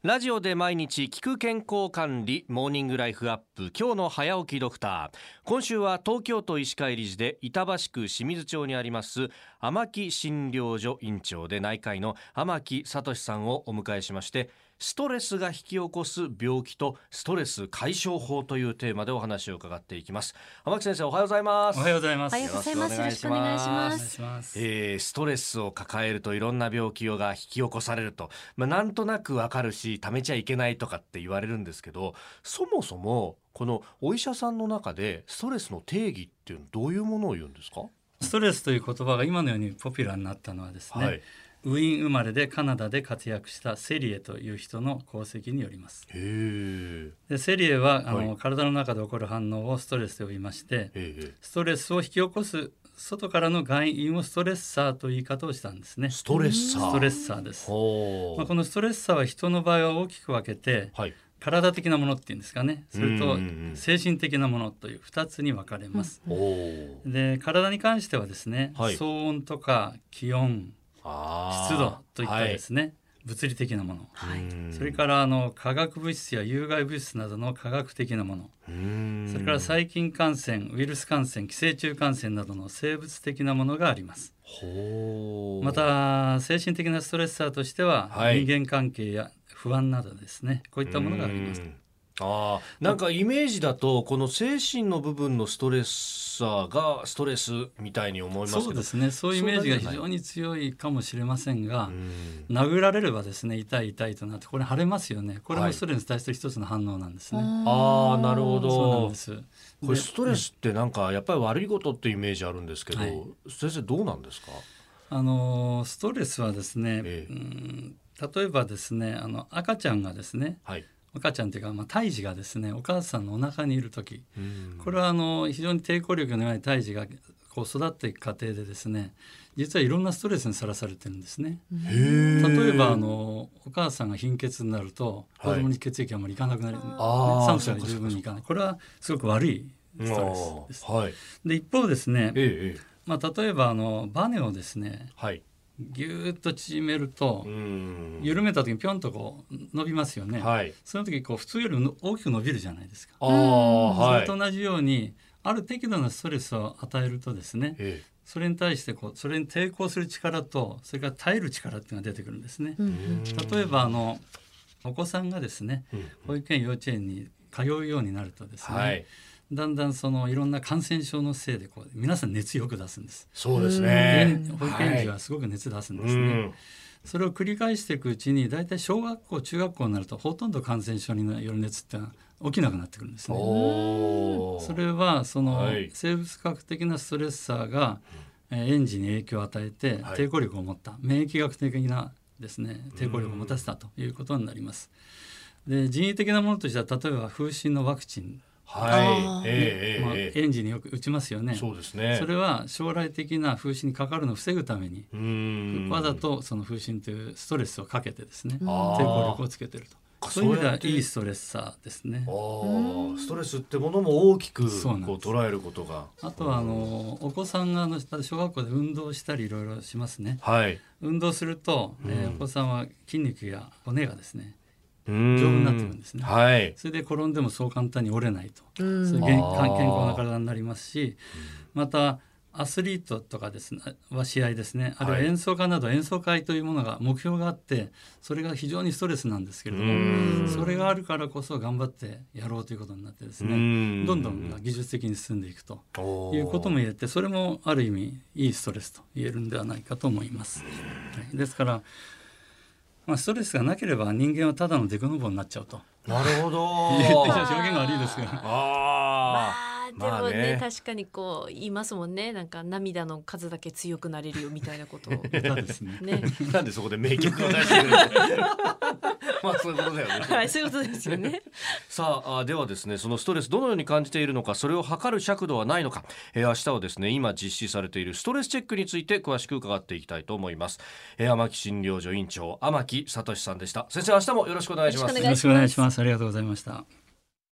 ラジオで毎日聞く健康管理モーニングライフアップ、今日の早起きドクター。今週は東京都医師会理事で板橋区清水町にあります天木診療所院長で内科医の天木聡さんをお迎えしまして、ストレスが引き起こす病気とストレス解消法というテーマでお話を伺っていきます。天木先生、おはようございます。 おはようございます。 よろしくお願いします。 ストレスを抱えるといろんな病気が引き起こされると、なんとなくわかるし、溜めちゃいけないとかって言われるんですけど、そもそもこのお医者さんの中でストレスの定義っていうのはどういうものを言うんですか？ ストレスという言葉が今のようにポピュラーになったのはですね、ウィーン生まれでカナダで活躍したセリエという人の功績によります。でセリエは体の中で起こる反応をストレスと呼びまして、ストレスを引き起こす外からの原因をストレッサーという言い方をしたんですね。 ストレッサーです。このストレッサーは人の場合は大きく分けて、体的なものっていうんですかね、それと精神的なものという2つに分かれます。で体に関してはですね、騒音とか気温、湿度といったですね、物理的なもの、それから化学物質や有害物質などの化学的なもの、それから細菌感染、ウイルス感染、寄生虫感染などの生物的なものがあります。また精神的なストレッサーとしては、人間関係や不安などですね、こういったものがあります。 なんかイメージだとこの精神の部分のストレッサーがストレスみたいに思いますけど、 そうですね、そういうイメージが非常に強いかもしれませんが、殴られればですね、痛いとなってこれ腫れますよね。これもストレスに対する一つの反応なんですね。 なるほど。 そうなんです。 これストレスってなんかやっぱり悪いことってイメージあるんですけど、先生どうなんですか？ ストレスはですね、例えばですね、赤ちゃんがですね、赤ちゃんというか、胎児がですね、お母さんのお腹にいるとき、これは非常に抵抗力の弱い胎児がこう育っていく過程でですね、実はいろんなストレスにさらされてるんですね。例えばお母さんが貧血になると子供に血液があまりいかなくなり、酸素が十分にいかない。これはすごく悪いストレスです。で一方ですね、例えばバネをですね、ぎゅーっと縮めると緩めた時にピョンとこう伸びますよね。その時普通より大きく伸びるじゃないですか。それと同じようにある適度なストレスを与えるとですね、それに対してそれに抵抗する力と、それから耐える力っていうのが出てくるんですね。例えばお子さんがですね、保育園幼稚園に通うようになるとですね、だんだんいろんな感染症のせいで皆さん熱よく出すんです。 そうですね。 保育園児はすごく熱出すんですね。それを繰り返していくうちに、だいたい小学校中学校になるとほとんど感染症による熱ってのは起きなくなってくるんですね。それは生物学的なストレッサーが園児に影響を与えて抵抗力を持った免疫学的なですね、抵抗力を持たせたということになります。で人為的なものとしては、例えば風疹のワクチン、園児によく打ちますよね。そうですね。それは将来的な風疹にかかるのを防ぐためにわざとその風疹というストレスをかけてですね、抵抗力をつけていると。そういう意味ではいいストレッサーですね。 ストレスってものも大きく捉えることが。 あとはお子さんが小学校で運動したりいろいろしますね。運動すると、お子さんは筋肉や骨がですね丈夫になってくるんですね。それで転んでもそう簡単に折れないと、そういう健康な体になりますし、またアスリートとかですね、試合ですね、あるいは演奏家など演奏会というものが目標があって、それが非常にストレスなんですけれども、それがあるからこそ頑張ってやろうということになってですね、どんどん技術的に進んでいくということも言えて、それもある意味いいストレスと言えるんではないかと思います。ですからストレスがなければ人間はただのデコノボになっちゃうと。 なるほど。 表現が悪いですが。でもね、確かに言いますもんね。なんか涙の数だけ強くなれるよみたいなことをですね。 なんでそこで名曲を出してくれるそういうことだよね。 そういうことですよね。 さあ、ではですね、そのストレスどのように感じているのか、それを測る尺度はないのか、明日はですね、今実施されているストレスチェックについて詳しく伺っていきたいと思います。天木診療所院長天木聡さんでした。先生、明日もよろしくお願いします。 よろしくお願いします。ありがとうございました。